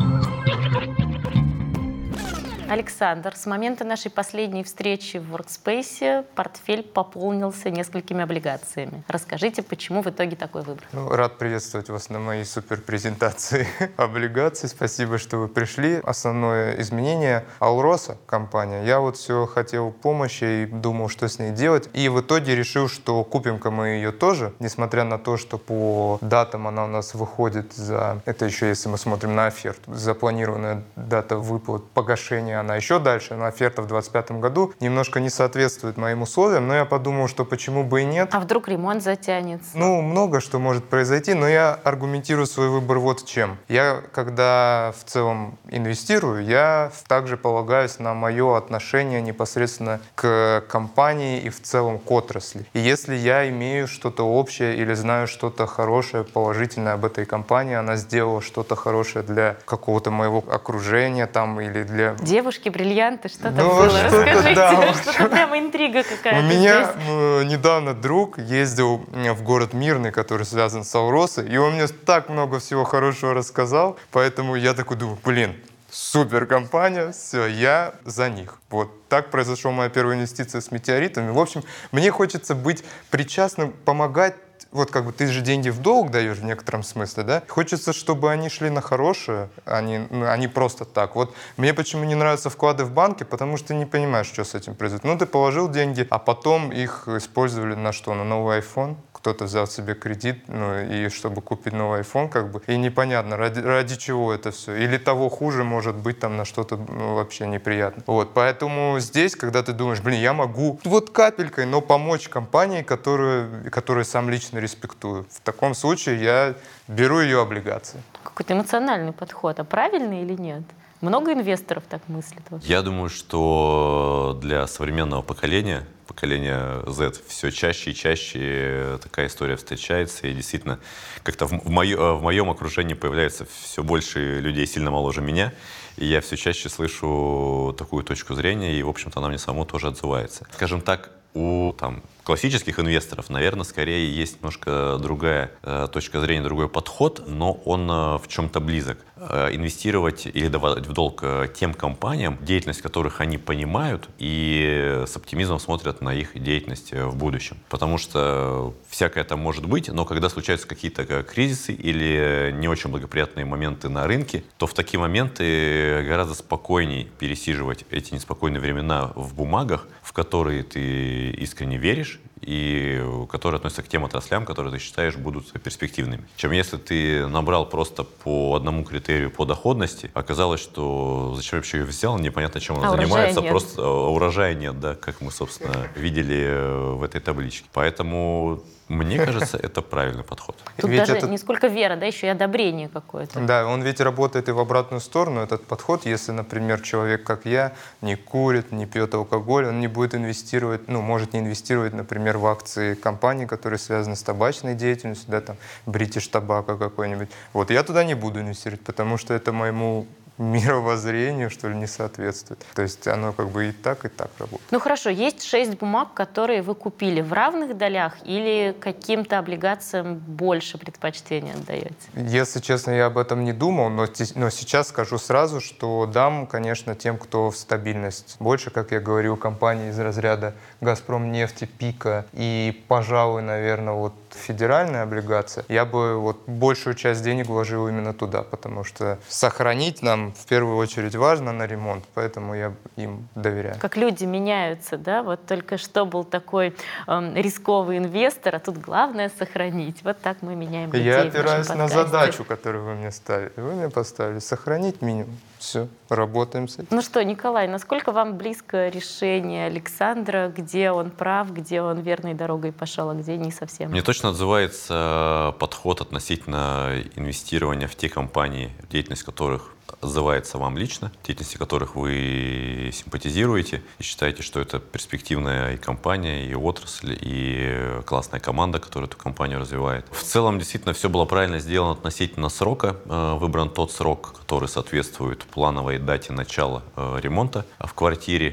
Александр, с момента нашей последней встречи в Workspace портфель пополнился несколькими облигациями. Расскажите, почему в итоге такой выбор? Ну, рад приветствовать вас на моей суперпрезентации облигаций. Спасибо, что вы пришли. Основное изменение — Алроса компания. Я вот все хотел помощи и думал, что с ней делать. И в итоге решил, что купим-ка мы ее тоже, несмотря на то, что по датам она у нас выходит за... Это еще если мы смотрим на оферту. Запланированная дата выплат погашения, она еще дальше, но оферта в двадцать пятом году немножко не соответствует моим условиям, но я подумал, что почему бы и нет. А вдруг ремонт затянется? Ну, много что может произойти, но я аргументирую свой выбор вот чем. Я, когда в целом инвестирую, я также полагаюсь на мое отношение непосредственно к компании и в целом к отрасли. И если я имею что-то общее или знаю что-то хорошее, положительное об этой компании, она сделала что-то хорошее для какого-то моего окружения там или для... Девушки, бриллианты, что там Ну, было? что-то, Расскажите, да. что-то прямо интрига какая-то У меня здесь. э, недавно друг ездил в город Мирный, который связан с Алросой, и он мне так много всего хорошего рассказал, поэтому я такой думаю, блин, супер компания, все, я за них. Вот так произошла моя первая инвестиция с метеоритами. В общем, мне хочется быть причастным, помогать. Вот как бы ты же деньги в долг даешь в некотором смысле, да? Хочется, чтобы они шли на хорошее, а не, ну, а не просто так. Вот мне почему не нравятся вклады в банке, потому что ты не понимаешь, что с этим произойдет. Ну, ты положил деньги, а потом их использовали на что? На новый iPhone? Кто-то взял себе кредит, ну, и чтобы купить новый iPhone, как бы, и непонятно, ради, ради чего это все. Или того хуже может быть там на что-то, ну, вообще неприятно. Вот, поэтому здесь, когда ты думаешь, блин, я могу вот капелькой, но помочь компании, которую, которую сам лично респектую. В таком случае я беру ее облигации. Какой-то эмоциональный подход. А правильный или нет? Много инвесторов так мыслит вообще? Я думаю, что для современного поколения, поколения Z, все чаще и чаще такая история встречается. И действительно, как-то в, в, моё, в моем окружении появляется все больше людей сильно моложе меня. И я все чаще слышу такую точку зрения, и, в общем-то, она мне самому тоже отзывается. Скажем так, у там, классических инвесторов, наверное, скорее есть немножко другая э, точка зрения, другой подход, но он э, в чем-то близок. Э, инвестировать или давать в долг э, тем компаниям, деятельность которых они понимают и с оптимизмом смотрят на их деятельность в будущем. Потому что всякое там может быть, но когда случаются какие-то кризисы или не очень благоприятные моменты на рынке, то в такие моменты гораздо спокойней пересиживать эти неспокойные времена в бумагах, в которые ты искренне веришь, и которые относятся к тем отраслям, которые ты считаешь будут перспективными. Чем если ты набрал просто по одному критерию по доходности, оказалось, что зачем вообще ее взял, непонятно, чем он а занимается, урожая просто а, урожая нет, да, как мы, собственно, видели в этой табличке. Поэтому мне кажется, это правильный подход. Тут Ведь даже это... не сколько вера, да, еще и одобрение какое-то. Да, он ведь работает и в обратную сторону, этот подход. Если, например, человек, как я, не курит, не пьет алкоголь, он не будет инвестировать, ну, может не инвестировать, например, в акции компаний, которые связаны с табачной деятельностью, да, там, British Tobacco какой-нибудь. Вот, я туда не буду инвестировать, потому что это моему мировоззрению, что ли, не соответствует. То есть оно как бы и так, и так работает. Ну хорошо, есть шесть бумаг, которые вы купили в равных долях или каким-то облигациям больше предпочтения отдаете? Если честно, я об этом не думал, но, но сейчас скажу сразу, что дам, конечно, тем, кто в стабильность больше, как я говорил, компании из разряда «Газпром нефти», «Пика» и, пожалуй, наверное, вот федеральная облигация, я бы вот большую часть денег вложил именно туда, потому что сохранить нам в первую очередь важно на ремонт, поэтому я им доверяю. Как люди меняются, да? Вот только что был такой э, рисковый инвестор, а тут главное сохранить. Вот так мы меняем людей. Я в нашем опираюсь на подкасте. задачу, которую вы мне ставили. Вы мне поставили сохранить минимум. Все, работаем с этим. Ну что, Николай, насколько вам близко решение Александра, где он прав, где он верной дорогой пошел, а где не совсем? Мне точно отзывается подход относительно инвестирования в те компании, деятельность которых отзывается вам лично, деятельности которых вы симпатизируете и считаете, что это перспективная и компания, и отрасль, и классная команда, которая эту компанию развивает. В целом, действительно, все было правильно сделано относительно срока. Выбран тот срок, который соответствует плановой дате начала ремонта в квартире.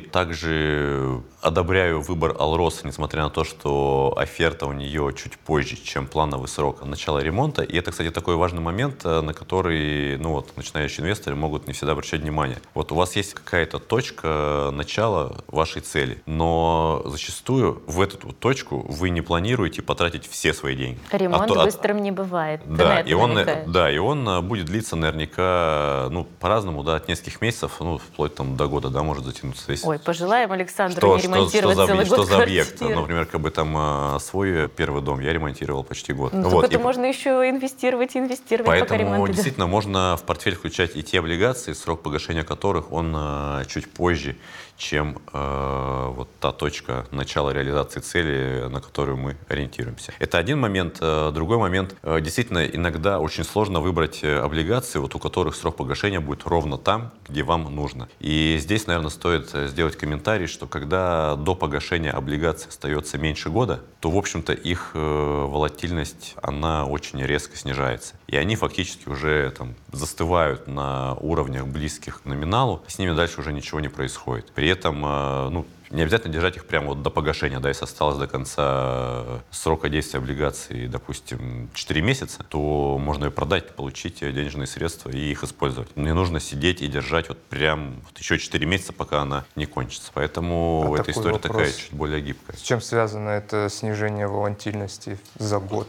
Также одобряю выбор Алроса, несмотря на то, что оферта у нее чуть позже, чем плановый срок начала ремонта. И это, кстати, такой важный момент, на который, ну вот, начинающие инвесторы могут не всегда обращать внимание. Вот у вас есть какая-то точка начала вашей цели, но зачастую в эту точку вы не планируете потратить все свои деньги. Ремонт а то, быстрым а... не бывает. Да, и он, да, и он будет длиться наверняка, ну, по-разному, да, от нескольких месяцев, ну, вплоть там до года, да, может затянуться. Ой, пожелаем Александру что, не ремонтировать что, что целый за, год что за объект? квартиры. Например, как бы там свой первый дом я ремонтировал почти год. Ну, вот, это и... можно еще инвестировать, инвестировать, Поэтому пока ремонт идет. Действительно можно в портфель включать и те облигации, срок погашения которых он э, чуть позже, чем э, вот та точка начала реализации цели, на которую мы ориентируемся. Это один момент. Другой момент. Действительно, иногда очень сложно выбрать облигации, вот у которых срок погашения будет ровно там, где вам нужно. И здесь, наверное, стоит сделать комментарий, что когда до погашения облигаций остается меньше года, то, в общем-то, их волатильность, она очень резко снижается. И они фактически уже там застывают на уровнях близких к номиналу, с ними дальше уже ничего не происходит. При этом, ну, не обязательно держать их прямо вот до погашения, да, если осталось до конца срока действия облигаций, допустим, четыре месяца, то можно ее продать, получить денежные средства и их использовать. Не нужно сидеть и держать вот прям вот еще четыре месяца, пока она не кончится. Поэтому а эта история вопрос. такая чуть более гибкая. С чем связано это снижение волатильности за год?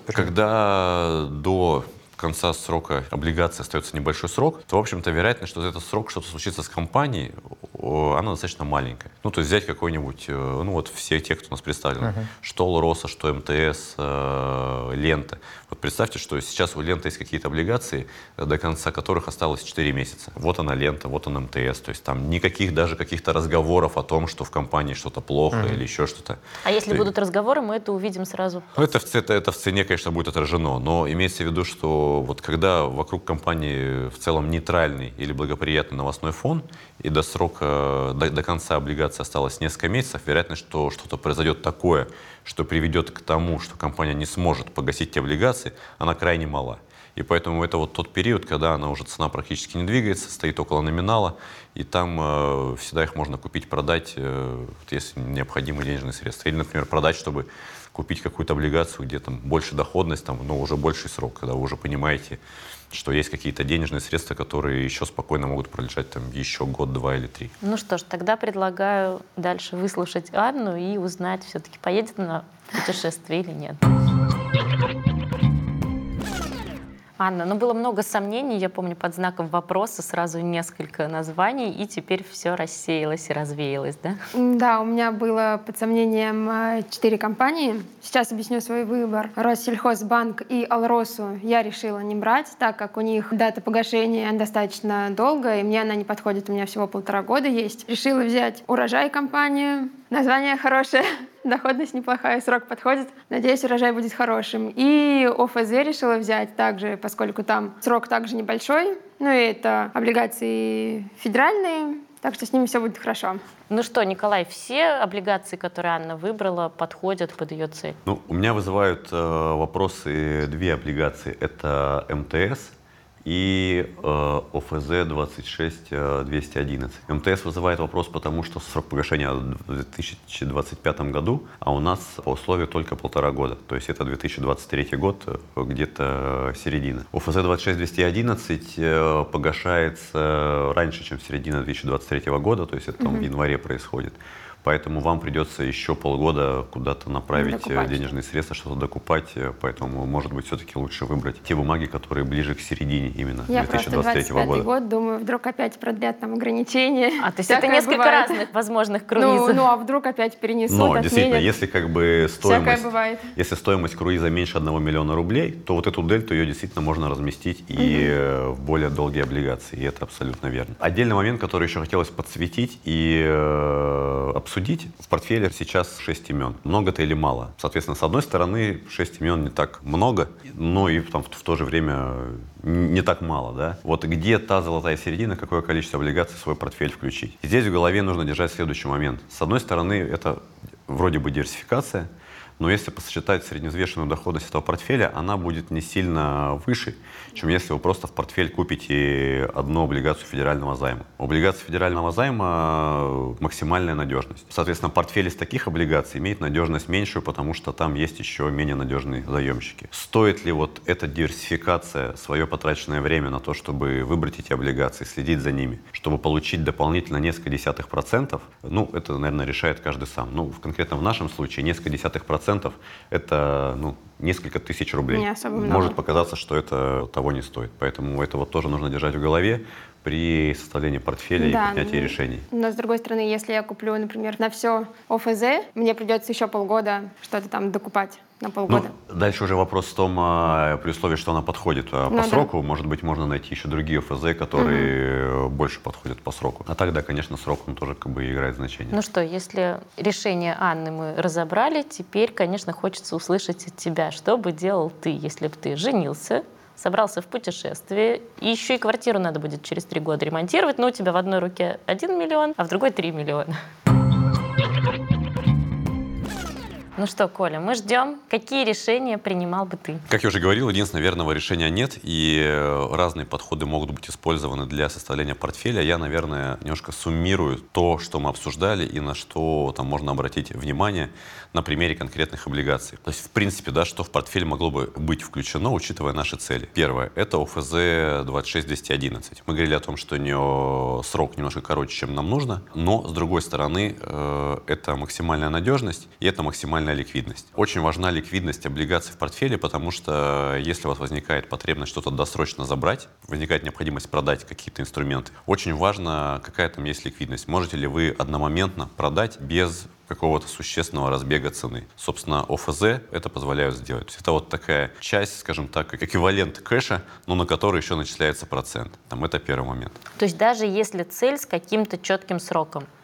Когда до конца срока облигации остается небольшой срок, то, в общем-то, вероятность, что за этот срок что-то случится с компанией, она достаточно маленькая. Ну, то есть взять какой-нибудь, ну, вот все те, кто у нас представлены, uh-huh. что Алроса, что МТС, э, Лента. Вот представьте, что сейчас у Ленты есть какие-то облигации, до конца которых осталось четыре месяца. Вот она Лента, вот он МТС. То есть там никаких даже каких-то разговоров о том, что в компании что-то плохо uh-huh. или еще что-то. А если то... будут разговоры, мы это увидим сразу. Ну, это, это, это в цене, конечно, будет отражено, но имеется в виду, что что вот когда вокруг компании в целом нейтральный или благоприятный новостной фон, и до срока, до, до конца облигации осталось несколько месяцев, вероятность, что что-то произойдет такое, что приведет к тому, что компания не сможет погасить эти облигации, она крайне мала. И поэтому это вот тот период, когда она уже цена практически не двигается, стоит около номинала, и там э, всегда их можно купить, продать, э, если необходимы денежные средства. Или, например, продать, чтобы купить какую-то облигацию, где там больше доходность, там, но уже больший срок, когда вы уже понимаете, что есть какие-то денежные средства, которые еще спокойно могут пролежать там еще год, два или три. Ну что ж, тогда предлагаю дальше выслушать Анну и узнать, все-таки поедет она в путешествие или нет. Анна, ну было много сомнений, я помню, под знаком вопроса сразу несколько названий, и теперь все рассеялось и развеялось, да? Да, у меня было под сомнением четыре компании. Сейчас объясню свой выбор. Россельхозбанк и Алросу я решила не брать, так как у них дата погашения достаточно долгая, и мне она не подходит, у меня всего полтора года есть. Решила взять Урожай компанию. Название хорошее, доходность неплохая, срок подходит. Надеюсь, урожай будет хорошим. И ОФЗ решила взять также, поскольку там срок также небольшой. Ну и это облигации федеральные, так что с ними все будет хорошо. Ну что, Николай, все облигации, которые Анна выбрала, подходят под ее цель? Ну, у меня вызывают э, вопросы две облигации. Это МТС и э, ОФЗ двадцать шесть двести одиннадцать. МТС вызывает вопрос, потому что срок погашения в две тысячи двадцать пятом году, а у нас по условию только полтора года. То есть это две тысячи двадцать третий год, где-то середина. ОФЗ двадцать шесть двести одиннадцать э, погашается раньше, чем середина две тысячи двадцать третьего года, то есть это там mm-hmm. в январе происходит. Поэтому вам придется еще полгода куда-то направить докупать. денежные средства, что-то докупать. Поэтому, может быть, все-таки лучше выбрать те бумаги, которые ближе к середине именно Я две тысячи двадцать третьего года. Я просто двадцать пятый год думаю, вдруг опять продлят там ограничения. А, то есть это несколько бывает. разных возможных круизов. Ну, ну, а вдруг опять перенесут, Но, отменят. действительно, если как бы стоимость, если стоимость круиза меньше одного миллиона рублей, то вот эту дельту ее действительно можно разместить и угу. в более долгие облигации. И это абсолютно верно. Отдельный момент, который еще хотелось подсветить и э, обсудить. В портфеле сейчас шесть имен. Много-то или мало? Соответственно, с одной стороны, шесть имен не так много, но и там, в, в то же время не так мало. Да? Вот где та золотая середина, какое количество облигаций в свой портфель включить? И здесь в голове нужно держать следующий момент. С одной стороны, это вроде бы диверсификация, но если посчитать средневзвешенную доходность этого портфеля, она будет не сильно выше, чем если вы просто в портфель купите одну облигацию федерального займа. У облигаций федерального займа максимальная надежность. Соответственно, портфель из таких облигаций имеет надежность меньшую, потому что там есть еще менее надежные заемщики. Стоит ли вот эта диверсификация, свое потраченное время на то, чтобы выбрать эти облигации, следить за ними, чтобы получить дополнительно несколько десятых процентов? Ну, это, наверное, решает каждый сам. Ну, конкретно в нашем случае несколько десятых процентов это ну, несколько тысяч рублей. Не особо много. Может показаться, что это того не стоит. Поэтому это вот тоже нужно держать в голове при составлении портфеля да, и принятии ну, решений. Но с другой стороны, если я куплю, например, на все ОФЗ, мне придется еще полгода что-то там докупать. На полгода. Ну, дальше уже вопрос в том, при условии, что она подходит по ну, сроку. Да. Может быть, можно найти еще другие ОФЗ, которые угу. больше подходят по сроку. А тогда, конечно, срок он тоже как бы играет значение. Ну что, если решение Анны мы разобрали, теперь, конечно, хочется услышать от тебя, что бы делал ты, если бы ты женился, собрался в путешествие, и еще и квартиру надо будет через три года ремонтировать, но у тебя в одной руке один миллион, а в другой три миллиона. Ну что, Коля, мы ждем. Какие решения принимал бы ты? Как я уже говорил, единственного верного решения нет, и разные подходы могут быть использованы для составления портфеля. Я, наверное, немножко суммирую то, что мы обсуждали и на что там можно обратить внимание на примере конкретных облигаций. То есть, в принципе, да, что в портфель могло бы быть включено, учитывая наши цели. Первое – это ОФЗ двадцать шесть двести одиннадцать. Мы говорили о том, что у нее срок немножко короче, чем нам нужно, но, с другой стороны, это максимальная надежность и это максимальная ликвидность. Очень важна ликвидность облигаций в портфеле, потому что если у вас возникает потребность что-то досрочно забрать, возникает необходимость продать какие-то инструменты, очень важно, какая там есть ликвидность. Можете ли вы одномоментно продать без какого-то существенного разбега цены. Собственно, ОФЗ это позволяют сделать. То есть это вот такая часть, скажем так, как эквивалент кэша, но на который еще начисляется процент. Там, это первый момент. То есть даже если цель с каким-то четким сроком,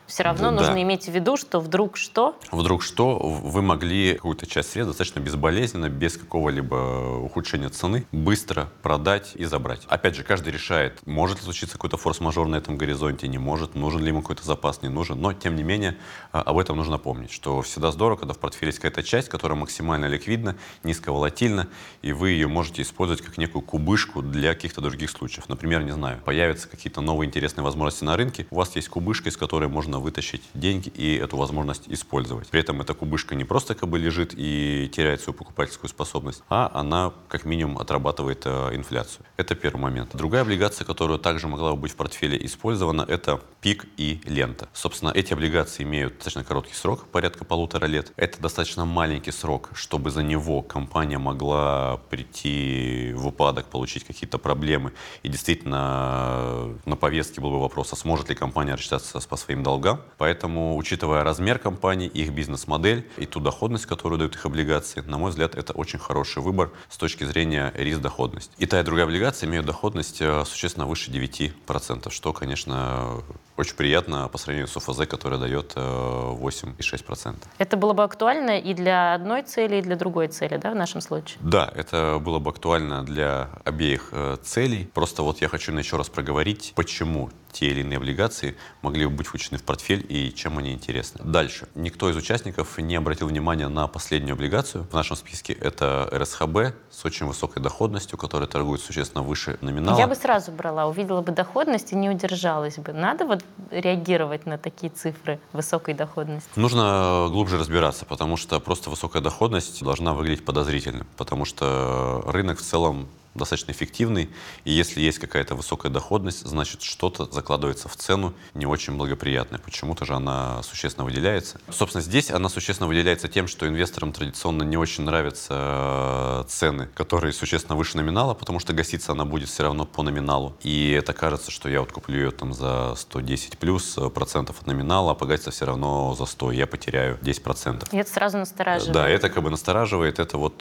Все равно Да. нужно иметь в виду, что вдруг что? Вдруг что, вы могли какую-то часть средств достаточно безболезненно, без какого-либо ухудшения цены, быстро продать и забрать. Опять же, каждый решает, может ли случиться какой-то форс-мажор на этом горизонте, не может, нужен ли ему какой-то запас, не нужен. Но, тем не менее, об этом нужно помнить, что всегда здорово, когда в портфеле есть какая-то часть, которая максимально ликвидна, низковолатильна, и вы ее можете использовать как некую кубышку для каких-то других случаев. Например, не знаю, появятся какие-то новые интересные возможности на рынке, у вас есть кубышка, из которой можно вытащить деньги и эту возможность использовать. При этом эта кубышка не просто как бы лежит и теряет свою покупательскую способность, а она как минимум отрабатывает э, инфляцию. Это первый момент. Другая облигация, которая также могла бы быть в портфеле использована, это ПИК и лента. Собственно, эти облигации имеют достаточно короткий срок, порядка полутора лет. Это достаточно маленький срок, чтобы за него компания могла прийти в упадок, получить какие-то проблемы. И действительно на повестке был бы вопрос, а сможет ли компания рассчитаться по своим долгам. Поэтому, учитывая размер компании, их бизнес-модель и ту доходность, которую дают их облигации, на мой взгляд, это очень хороший выбор с точки зрения риск-доходности. И та, и другая облигация имеют доходность существенно выше девяти процентов, что, конечно, очень приятно по сравнению с ОФЗ, которая дает восемь и шесть десятых процента. Это было бы актуально и для одной цели, и для другой цели, да, в нашем случае? Да, это было бы актуально для обеих э, целей. Просто вот я хочу еще раз проговорить, почему те или иные облигации могли бы быть включены в портфель и чем они интересны. Дальше. Никто из участников не обратил внимания на последнюю облигацию. В нашем списке это эр эс ха бэ с очень высокой доходностью, которая торгует существенно выше номинала. Я бы сразу брала, увидела бы доходность и не удержалась бы. Надо вот реагировать на такие цифры высокой доходности? Нужно глубже разбираться, потому что просто высокая доходность должна выглядеть подозрительно, потому что рынок в целом достаточно эффективный, и если есть какая-то высокая доходность, значит, что-то закладывается в цену не очень благоприятное. Почему-то же она существенно выделяется. Собственно, здесь она существенно выделяется тем, что инвесторам традиционно не очень нравятся цены, которые существенно выше номинала, потому что гаситься она будет все равно по номиналу. И это кажется, что я вот куплю ее там за сто десять плюс процентов от номинала, а погасится все равно за сто, я потеряю десять процентов. И это сразу настораживает. Да, это как бы настораживает, это вот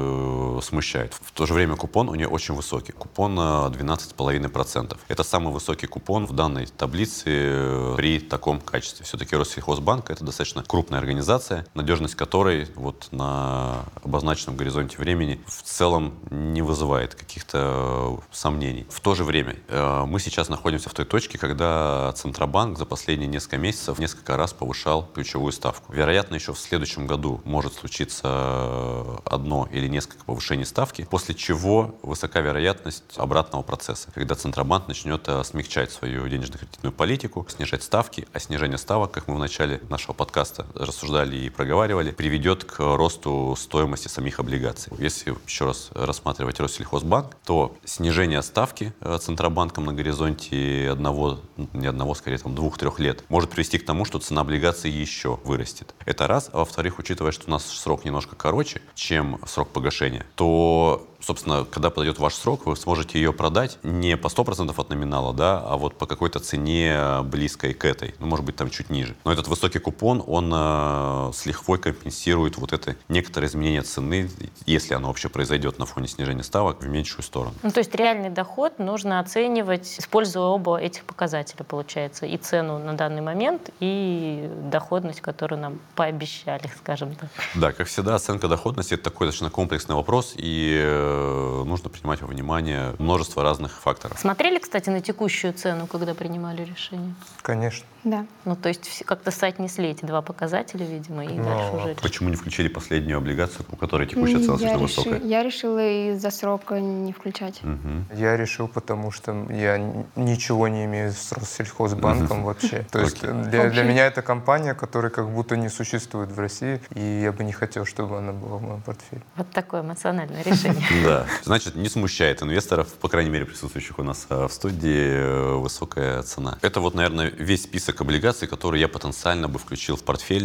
э, смущает. В то же время купон у нее очень высокий. Купон двенадцать целых пять десятых процента. Это самый высокий купон в данной таблице при таком качестве. Все-таки Россельхозбанк — это достаточно крупная организация, надежность которой вот на обозначенном горизонте времени в целом не вызывает каких-то сомнений. В то же время э, мы сейчас находимся в той точке, когда Центробанк за последние несколько месяцев несколько раз повышал ключевую ставку. Вероятно, еще в следующем году может случиться одно или несколько повышений ставки, после чего высока вероятность обратного процесса, когда Центробанк начнет смягчать свою денежно-кредитную политику, снижать ставки, а снижение ставок, как мы в начале нашего подкаста рассуждали и проговаривали, приведет к росту стоимости самих облигаций. Если еще раз рассматривать Россельхозбанк, то снижение ставки Центробанком на горизонте одного, не одного, скорее там двух-трех лет может привести к тому, что цена облигаций еще вырастет. Это раз. А во-вторых, учитывая, что у нас срок немножко короче, чем срок погашения, то, собственно, когда подойдет ваш срок, вы сможете ее продать не по сто процентов от номинала, да, а вот по какой-то цене близкой к этой, ну, может быть, там чуть ниже. Но этот высокий купон, он э, с лихвой компенсирует вот это некоторое изменение цены, если оно вообще произойдет на фоне снижения ставок, в меньшую сторону. Ну, то есть реальный доход нужно оценивать, используя оба этих показателя, получается, и цену на данный момент, и доходность, которую нам пообещали, скажем так. Да, как всегда, оценка доходности — это такой достаточно комплексный вопрос, и э, нужно принимать во внимание множество разных факторов. Смотрели, кстати, на текущую цену, когда принимали решение? Конечно. Да. Ну, то есть как-то соотнесли эти два показателя, видимо, и Но дальше уже решили. Почему не включили последнюю облигацию, у которой текущая цена я, слишком реши- высокая? я решила из-за срока не включать. Мгм. Я решил, потому что я н- ничего не имею с Россельхозбанком вообще. То есть Окей. для, для Окей. меня это компания, которая как будто не существует в России, и я бы не хотел, чтобы она была в моем портфеле. Вот такое эмоциональное решение. Да. Значит, не смущает инвесторов, по крайней мере, присутствующих у нас э, в студии, э, высокая цена. Это вот, наверное, весь список облигаций, которые я потенциально бы включил в портфель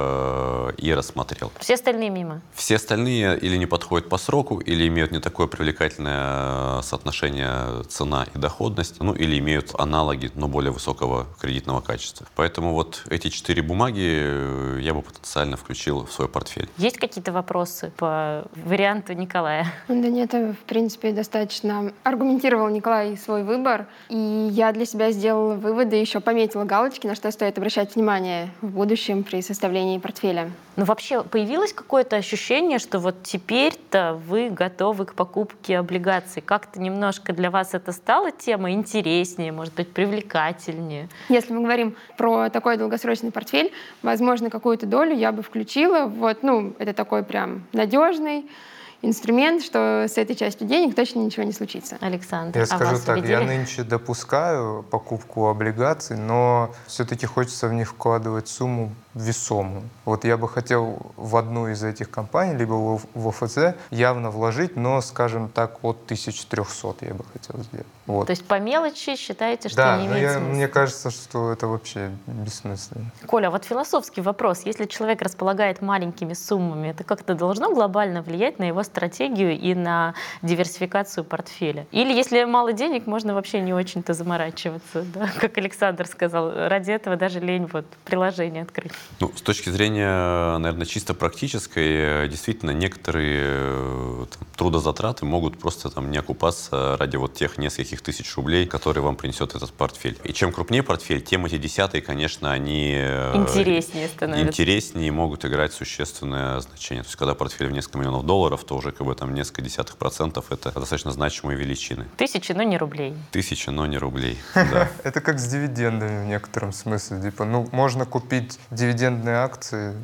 э, и рассмотрел. Все остальные мимо. Все остальные или не подходят по сроку, или имеют не такое привлекательное соотношение цена и доходность, ну или имеют аналоги, но более высокого кредитного качества. Поэтому вот эти четыре бумаги которую я бы потенциально включил в свой портфель. Есть какие-то вопросы по варианту Николая? Да нет, в принципе, достаточно аргументировал Николай свой выбор. И я для себя сделала выводы, еще пометила галочки, на что стоит обращать внимание в будущем при составлении портфеля. Ну, вообще, появилось какое-то ощущение, что вот теперь-то вы готовы к покупке облигаций? Как-то немножко для вас это стало тема интереснее, может быть, привлекательнее? Если мы говорим про такой долгосрочный портфель, возможно, какую-то долю я бы включила. Вот, ну, это такой прям надежный инструмент, что с этой частью денег точно ничего не случится. Александр, Я а скажу вас так, убедили? я нынче допускаю покупку облигаций, но все-таки хочется в них вкладывать сумму весомую. Вот я бы хотел в одну из этих компаний, либо в ОФЗ, явно вложить, но, скажем так, от тысячи трёхсот я бы хотел сделать. Вот. То есть по мелочи считаете, что Да, не но имеет я, смысла? мне кажется, что это вообще бессмысленно. Коля, вот философский вопрос. Если человек располагает маленькими суммами, это как-то должно глобально влиять на его стратегию и на диверсификацию портфеля? Или если мало денег, можно вообще не очень-то заморачиваться, да? Как Александр сказал, ради этого даже лень вот приложение открыть. Ну, с точки зрения, наверное, чисто практической, действительно, некоторые там, трудозатраты могут просто там, не окупаться ради вот тех нескольких тысяч рублей, которые вам принесет этот портфель. И чем крупнее портфель, тем эти десятые, конечно, они Интереснее становятся. интереснее и могут играть существенное значение. То есть, когда портфель в несколько миллионов долларов, то уже как бы там несколько десятых процентов — это достаточно значимые величины. Тысячи, но не рублей. Тысяча, но не рублей. Да. Это как с дивидендами в некотором смысле. Типа, ну, можно купить дивидендные акции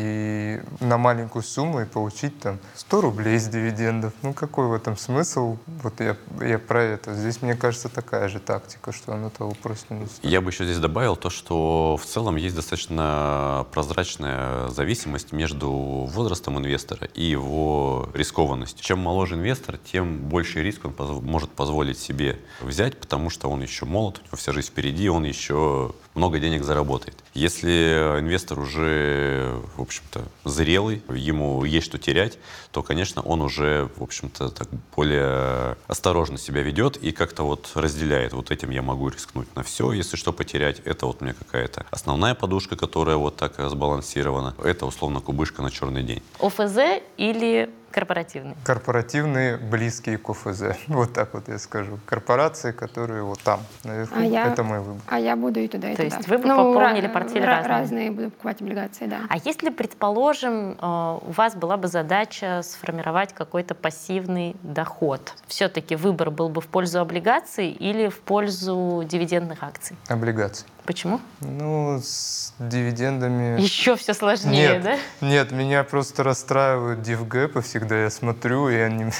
и на маленькую сумму и получить там сто рублей с дивидендов. Ну, какой в этом смысл? Вот я, я про это. Здесь, мне кажется, такая же тактика, что оно того просто не стоит. Я бы еще здесь добавил то, что в целом есть достаточно прозрачная зависимость между возрастом инвестора и его рискованностью. Чем моложе инвестор, тем больше риск он поз- может позволить себе взять, потому что он еще молод, у него вся жизнь впереди, он еще много денег заработает. Если инвестор уже, в общем-то, зрелый, ему есть что терять, то, конечно, он уже, в общем-то, так более осторожно себя ведет и как-то вот разделяет. Вот этим я могу рискнуть на все, если что потерять. Это вот у меня какая-то основная подушка, которая вот так сбалансирована. Это, условно, кубышка на черный день. ОФЗ или корпоративный? Корпоративные, близкие к ОФЗ. Вот так вот я скажу. Корпорации, которые вот там, наверху. А я- Это мой выбор. А я буду и туда, и То туда. есть вы бы пополнили ра- портфель ра- разными? Разные буду покупать облигации, да. А если, предположим, э, у вас была бы задача сформировать какой-то пассивный доход, все-таки выбор был бы в пользу облигаций или в пользу дивидендных акций? Облигации. Почему? Ну, с дивидендами... Еще все сложнее, Нет, да? нет, меня просто расстраивают дивгэпы всегда. Я смотрю, и они...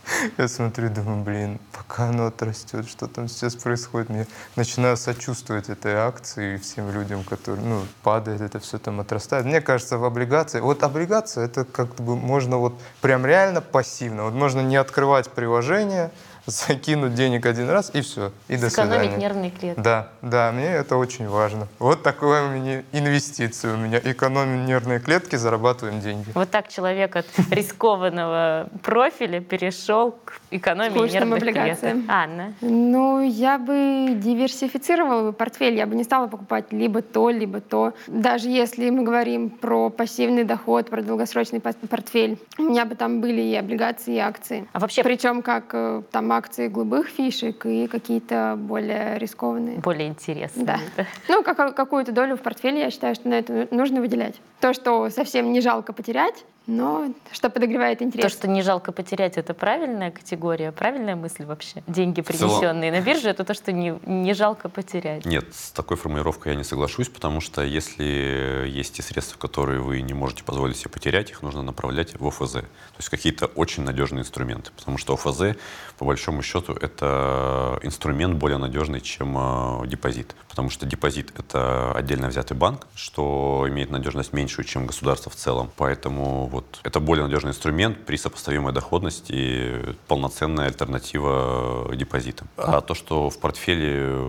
Я смотрю, думаю, блин, пока оно отрастет, что там сейчас происходит, мне начинаю сочувствовать этой акции и всем людям, которые, ну, падает, это все там отрастает. Мне кажется, в облигации, вот облигация, это как бы можно вот прям реально пассивно. Вот можно не открывать приложение, закинуть денег один раз и все, и до Сэкономить свидания. нервные клетки. Да, да, мне это очень важно. Вот такое у меня инвестиция у меня. Экономим нервные клетки, зарабатываем деньги. Вот так человек от рискованного профиля перешел к экономии Скучным нервных облигациям. клеток. Анна? Ну, я бы диверсифицировала бы портфель, я бы не стала покупать либо то, либо то. Даже если мы говорим про пассивный доход, про долгосрочный пос- портфель, у меня бы там были и облигации, и акции. А вообще Причем как э, там акции голубых фишек и какие-то более рискованные. более интересно. Да. Ну, как- какую-то долю в портфеле, я считаю, что на это нужно выделять. То, что совсем не жалко потерять, но что подогревает интерес. То, что не жалко потерять, это правильная категория, правильная мысль вообще? Деньги, В целом- принесенные на бирже, это то, что не, не жалко потерять. Нет, с такой формулировкой я не соглашусь, потому что если есть те средства, которые вы не можете позволить себе потерять, их нужно направлять в ОФЗ. То есть какие-то очень надежные инструменты. Потому что ОФЗ, по большому счету, это инструмент более надежный, чем э, депозит. Потому что депозит — это отдельно взятый банк, что имеет надежность меньшую, чем государство в целом. Поэтому вот это более надежный инструмент при сопоставимой доходности, полноценная альтернатива депозитам. А то, что в портфеле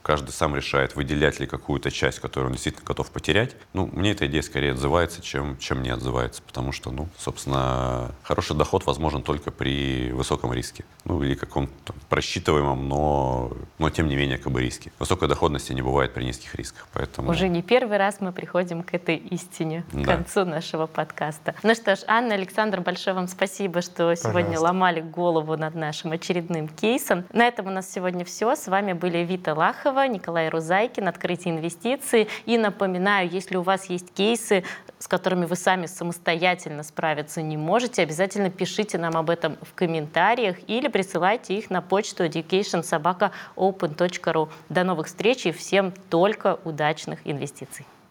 каждый сам решает, выделять ли какую-то часть, которую он действительно готов потерять. Ну, мне эта идея скорее отзывается, чем, чем не отзывается, потому что, ну, собственно, хороший доход возможен только при высоком риске. Ну, или каком-то просчитываемом, но, но тем не менее, как бы риске. Высокой доходности не бывает при низких рисках, поэтому... Уже не первый раз мы приходим к этой истине, к Да. концу нашего подкаста. Ну что ж, Анна, Александр, большое вам спасибо, что сегодня Пожалуйста. ломали голову над нашим очередным кейсом. На этом у нас сегодня все. С вами были Вита Лахова, Николай Рузайкин, «Открытие инвестиций». И напоминаю, если у вас есть кейсы, с которыми вы сами самостоятельно справиться не можете, обязательно пишите нам об этом в комментариях или присылайте их на почту education собака open точка ru. До новых встреч и всем только удачных инвестиций.